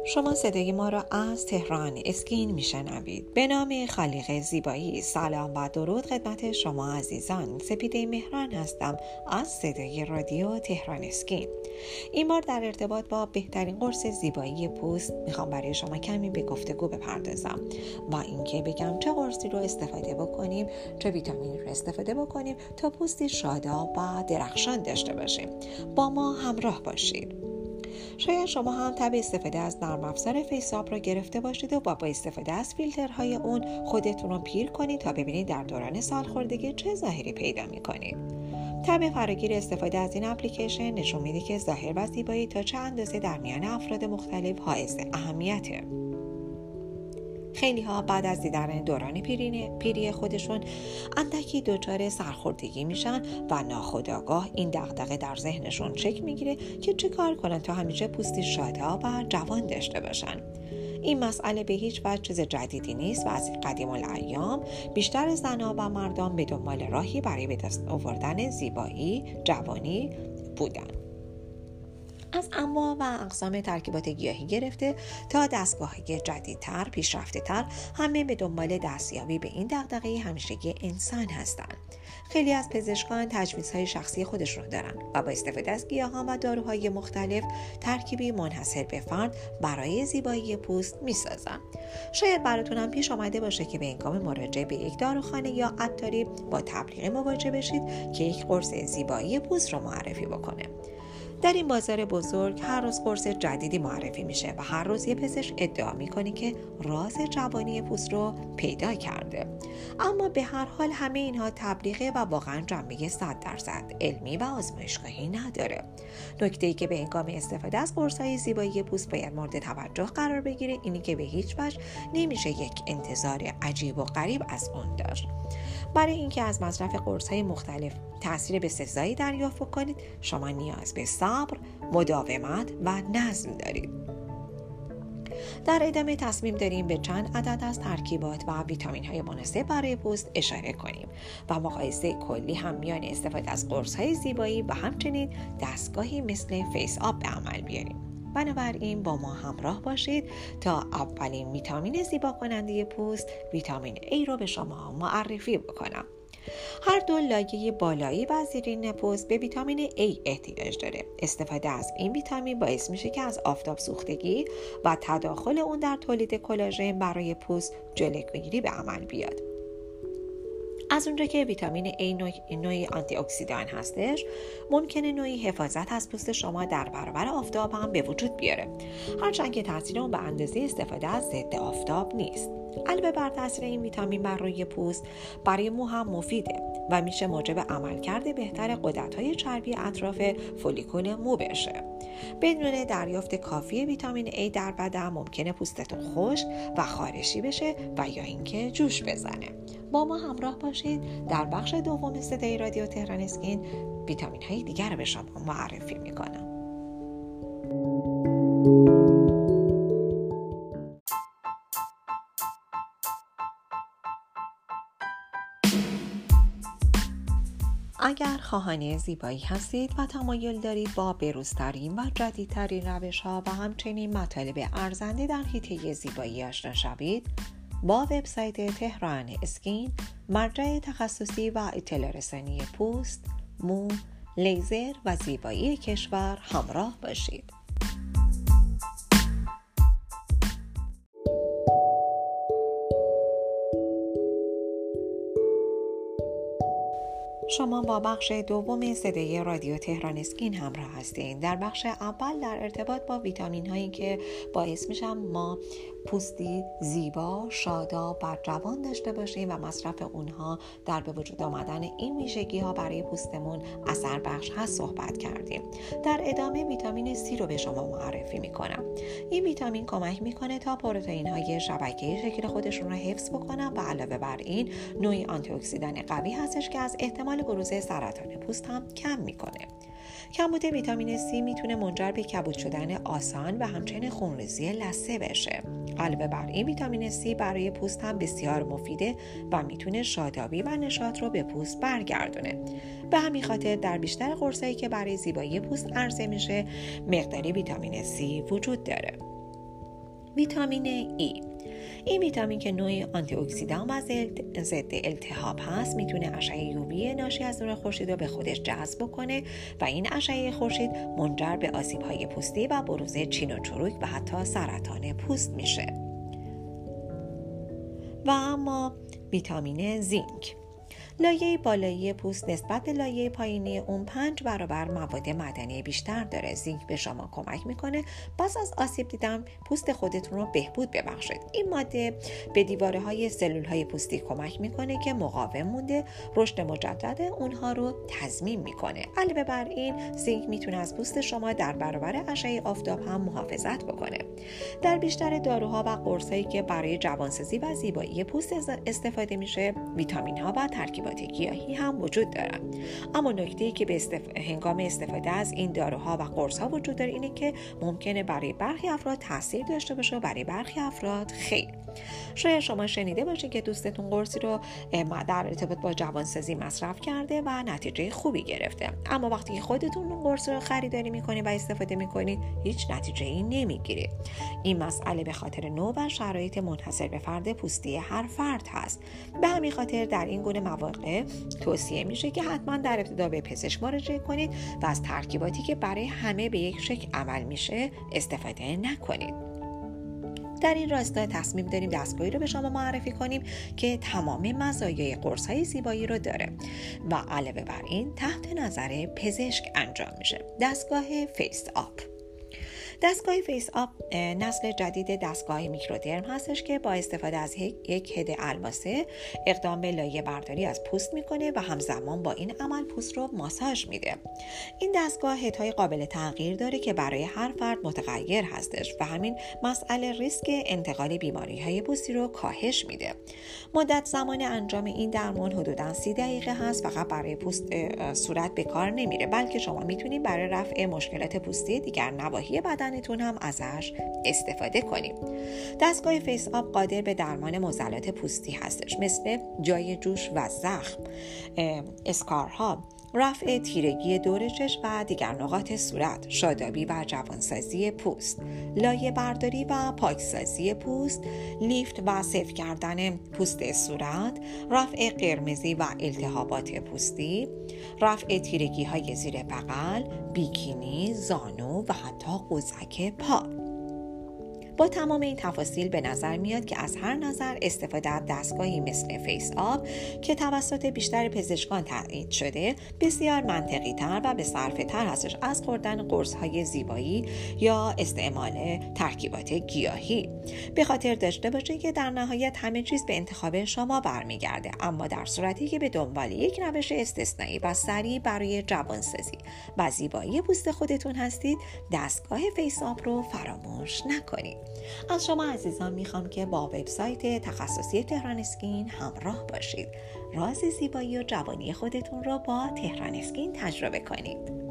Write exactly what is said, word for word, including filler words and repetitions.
شما صدای ما را از تهران اسکین میشنوید. به نام خالق زیبایی سلام و درود خدمت شما عزیزان. سپیده مهران هستم از صدای رادیو تهران اسکین. این بار در ارتباط با بهترین قرص زیبایی پوست میخوام برای شما کمی به گفتگو بپردازم و اینکه بگم چه قرصی رو استفاده بکنیم، چه ویتامینی رو استفاده بکنیم تا پوستی شاداب و درخشان داشته باشیم. با ما همراه باشید. شاید شما هم تب استفاده از نرم افزار فیساب را گرفته باشید و با استفاده از فیلترهای اون خودتون رو پیر کنید تا ببینید در دوران سالخوردگی چه ظاهری پیدا می‌کنید. تب فراگیر استفاده از این اپلیکیشن نشون میده که ظاهر و زیبایی تا چه اندازه در میان افراد مختلف حائز اهمیته. خیلی ها بعد از دیدن دوران پیری خودشون اندکی دچار سالخوردگی میشن و ناخودآگاه این دغدغه در ذهنشون شکل میگیره که چه کار کنن تا همیشه پوستی شاداب و جوان داشته باشن. این مسئله به هیچ وجه چیز جدیدی نیست و از قدیم الایام بیشتر زنها و مردان به دنبال راهی برای به دست آوردن زیبایی، جوانی بودن. از انواع و اقسام ترکیبات گیاهی گرفته تا دستگاه‌های جدیدتر، پیشرفته‌تر، همه به دنبال دستیابی به این دغدغه همیشگی انسان هستند. خیلی از پزشکان تجویزهای شخصی خودشون دارن و با استفاده از گیاهان و داروهای مختلف ترکیبی منحصر به فرد برای زیبایی پوست میسازن. شاید براتون هم پیش آمده باشه که به هنگام مراجعه به یک داروخانه یا عطاری با تبلیغ مواجه بشید که یک قرص زیبایی پوست رو معرفی بکنه. در این بازار بزرگ هر روز قرص جدیدی معرفی میشه و هر روز یه پزشک ادعا میکنه که راز جوانی پوست رو پیدا کرده. اما به هر حال همه اینها تبلیغه و واقعا جنبه صد درصد علمی و آزمایشگاهی نداره. نکته‌ای که به هنگام استفاده از قرص‌های زیبایی پوست باید مورد توجه قرار بگیره اینی که به هیچ وجه نمیشه یک انتظار عجیب و غریب از اون داشت. برای اینکه از مصرف قرص‌های مختلف تأثیر بسزایی دریافت کنید، شما نیاز به صبر، مداومت و نظم دارید. در ادامه تصمیم داریم به چند عدد از ترکیبات و ویتامین‌های مناسب برای پوست اشاره کنیم و مقایسه کلی هم میان استفاده از قرص‌های زیبایی و همچنین دستگاهی مثل فیس آپ به عمل بیاریم. بنابراین با ما همراه باشید تا اولین ویتامین زیبا کننده پوست، ویتامین A رو به شما معرفی بکنم. هر دو لایه بالایی و زیرین پوست به ویتامین A احتیاج داره. استفاده از این ویتامین باعث میشه که از آفتاب سوختگی و تداخل اون در تولید کلاژن برای پوست جلوگیری به عمل بیاد. از اونجا که ویتامین A نوعی, نوعی آنتی اکسیدان هستش، ممکنه نوعی حفاظت از پوست شما در برابر آفتاب هم به وجود بیاره، هرچند که تاثیر اون به اندازه استفاده از ضد آفتاب نیست. علاوه بر تاثیر این ویتامین بر روی پوست، برای مو هم مفیده و میشه موجب عملکرد بهتر غددهای چربی اطراف فولیکول مو بشه. بدون دریافت کافی ویتامین A در بدن ممکنه پوستتون خشک و خارشی بشه و یا اینکه جوش بزنه. با ما همراه باشید. در بخش دوم صدای رادیو تهران اسکین ویتامین های دیگر رو به شما معرفی میکنم. اگر خواهان زیبایی هستید و تمایل دارید با بروزترین و جدیدترین روش‌ها و همچنین مطالب ارزنده در حیطه زیبایی آشنا شوید، با وبسایت تهران اسکین، مرجع تخصصی و اطلاع رسانی پوست، مو، لیزر و زیبایی کشور همراه باشید. شما با بخش دوم صدای رادیو تهران اسکین همراه هستین. در بخش اول در ارتباط با ویتامین هایی که باعث میشن ما پوستی زیبا، شاداب و جوان داشته باشیم و مصرف اونها در به وجود آمدن این ویژگی ها برای پوستمون اثر بخش هست صحبت کردیم. در ادامه ویتامین C رو به شما معرفی میکنم. این ویتامین کمک میکنه تا پروتئین های شبکه‌ای شکل خودشون رو حفظ بکنن و علاوه بر این نوعی آنتی اکسیدان قوی هستش که از احتمال بروز سرطان پوست هم کم میکنه. کمبود ویتامین C میتونه منجر به کبود شدن آسان و همچنین خونریزی لثه بشه. علاوه بر این ویتامین C برای پوست هم بسیار مفیده و میتونه شادابی و نشاط رو به پوست برگردونه. به همین خاطر در بیشتر قرصایی که برای زیبایی پوست عرضه میشه مقداری ویتامین C وجود داره. ویتامین ای. این ویتامین که نوعی آنتی اکسیدان و ضد التهاب هست میتونه اشعه یووی ناشی از نور خورشید رو به خودش جذب کنه و این اشعه خورشید منجر به آسیب‌های پوستی و بروز چین و چروک و حتی سرطان پوست میشه. و اما ویتامین زینک. لایه بالایی پوست نسبت به لایه پایینی اون پنج برابر مواد معدنی بیشتر داره. زینک به شما کمک میکنه پس از آسیب دیدن پوست خودتون رو بهبود ببخشید. این ماده به دیواره های سلول های پوستی کمک میکنه که مقاوم مونده، رشد مجدد اونها رو تضمین میکنه. علاوه بر این زینک میتونه از پوست شما در برابر اشعه آفتاب هم محافظت بکنه. در بیشتر داروها و قرصایی که برای جوانسازی و زیبایی پوست استفاده میشه ویتامین ها و ترکیب گیاهی هم وجود دارن. اما نکته‌ای که به استف... هنگام استفاده از این داروها و قرص‌ها وجود داره اینه که ممکنه برای برخی افراد تاثیر داشته باشه و برای برخی افراد خیر. شاید شما شنیده باشید که دوستتون قرصی رو در ارتباط با جوانسازی مصرف کرده و نتیجه خوبی گرفته، اما وقتی که خودتون اون قرص رو خریداری می‌کنید و استفاده می‌کنید هیچ نتیجه‌ای نمی‌گیرید. این مسئله به خاطر نوع و شرایط منحصر به فرد پوستی هر فرد هست. به همین خاطر در این گونه مواقع توصیه میشه که حتما در ابتدا به پزشک مراجعه کنید و از ترکیباتی که برای همه به یک شکل عمل میشه استفاده نکنید. در این راستا تصمیم داریم دستگاهی رو به شما معرفی کنیم که تمام مزایای قرص‌های زیبایی رو داره و علاوه بر این تحت نظر پزشک انجام میشه. دستگاه فیس آپ. دستگاه فیس آپ نسل جدید دستگاه میکرودرم هستش که با استفاده از یک هد الماسه اقدام به لایه برداری از پوست میکنه و همزمان با این عمل پوست رو ماساژ میده. این دستگاه هدهای قابل تغییر داره که برای هر فرد متغیر هستش و همین مسئله ریسک انتقال بیماری های پوستی رو کاهش میده. مدت زمان انجام این درمان حدوداً سی دقیقه هست. فقط برای پوست صورت به کار نمیره، بلکه شما میتونید برای رفع مشکلات پوستی دیگر نواحی بدن تون هم ازش استفاده کنیم. دستگاه فیس آپ قادر به درمان معضلات پوستی هستش، مثل جای جوش و زخم، اسکارها، رفع تیرگی دور چشم و دیگر نقاط صورت، شادابی و جوانسازی پوست، لایه برداری و پاکسازی پوست، لیفت و سفت کردن پوست صورت، رفع قرمزی و التهابات پوستی، رفع تیرگی های زیر بغل، بیکینی، زانو و حتی قوزک پا. با تمام این تفاصیل به نظر میاد که از هر نظر استفاده از دستگاهی مثل فیس آپ که توسط بیشتر پزشکان تایید شده بسیار منطقی تر و به صرفه تر هستش از خوردن قرص های زیبایی یا استعمال ترکیبات گیاهی. به خاطر داشته باشید که در نهایت همه چیز به انتخاب شما برمیگرده، اما در صورتی که به دنبال یک روش استثنایی و سریع برای جوانسازی و زیبایی پوست خودتون هستید دستگاه فیس آپ رو فراموش نکنید. از شما عزیزان میخوام که با وبسایت تخصصی تهران اسکین همراه باشید. راز زیبایی و جوانی خودتون رو با تهران اسکین تجربه کنید.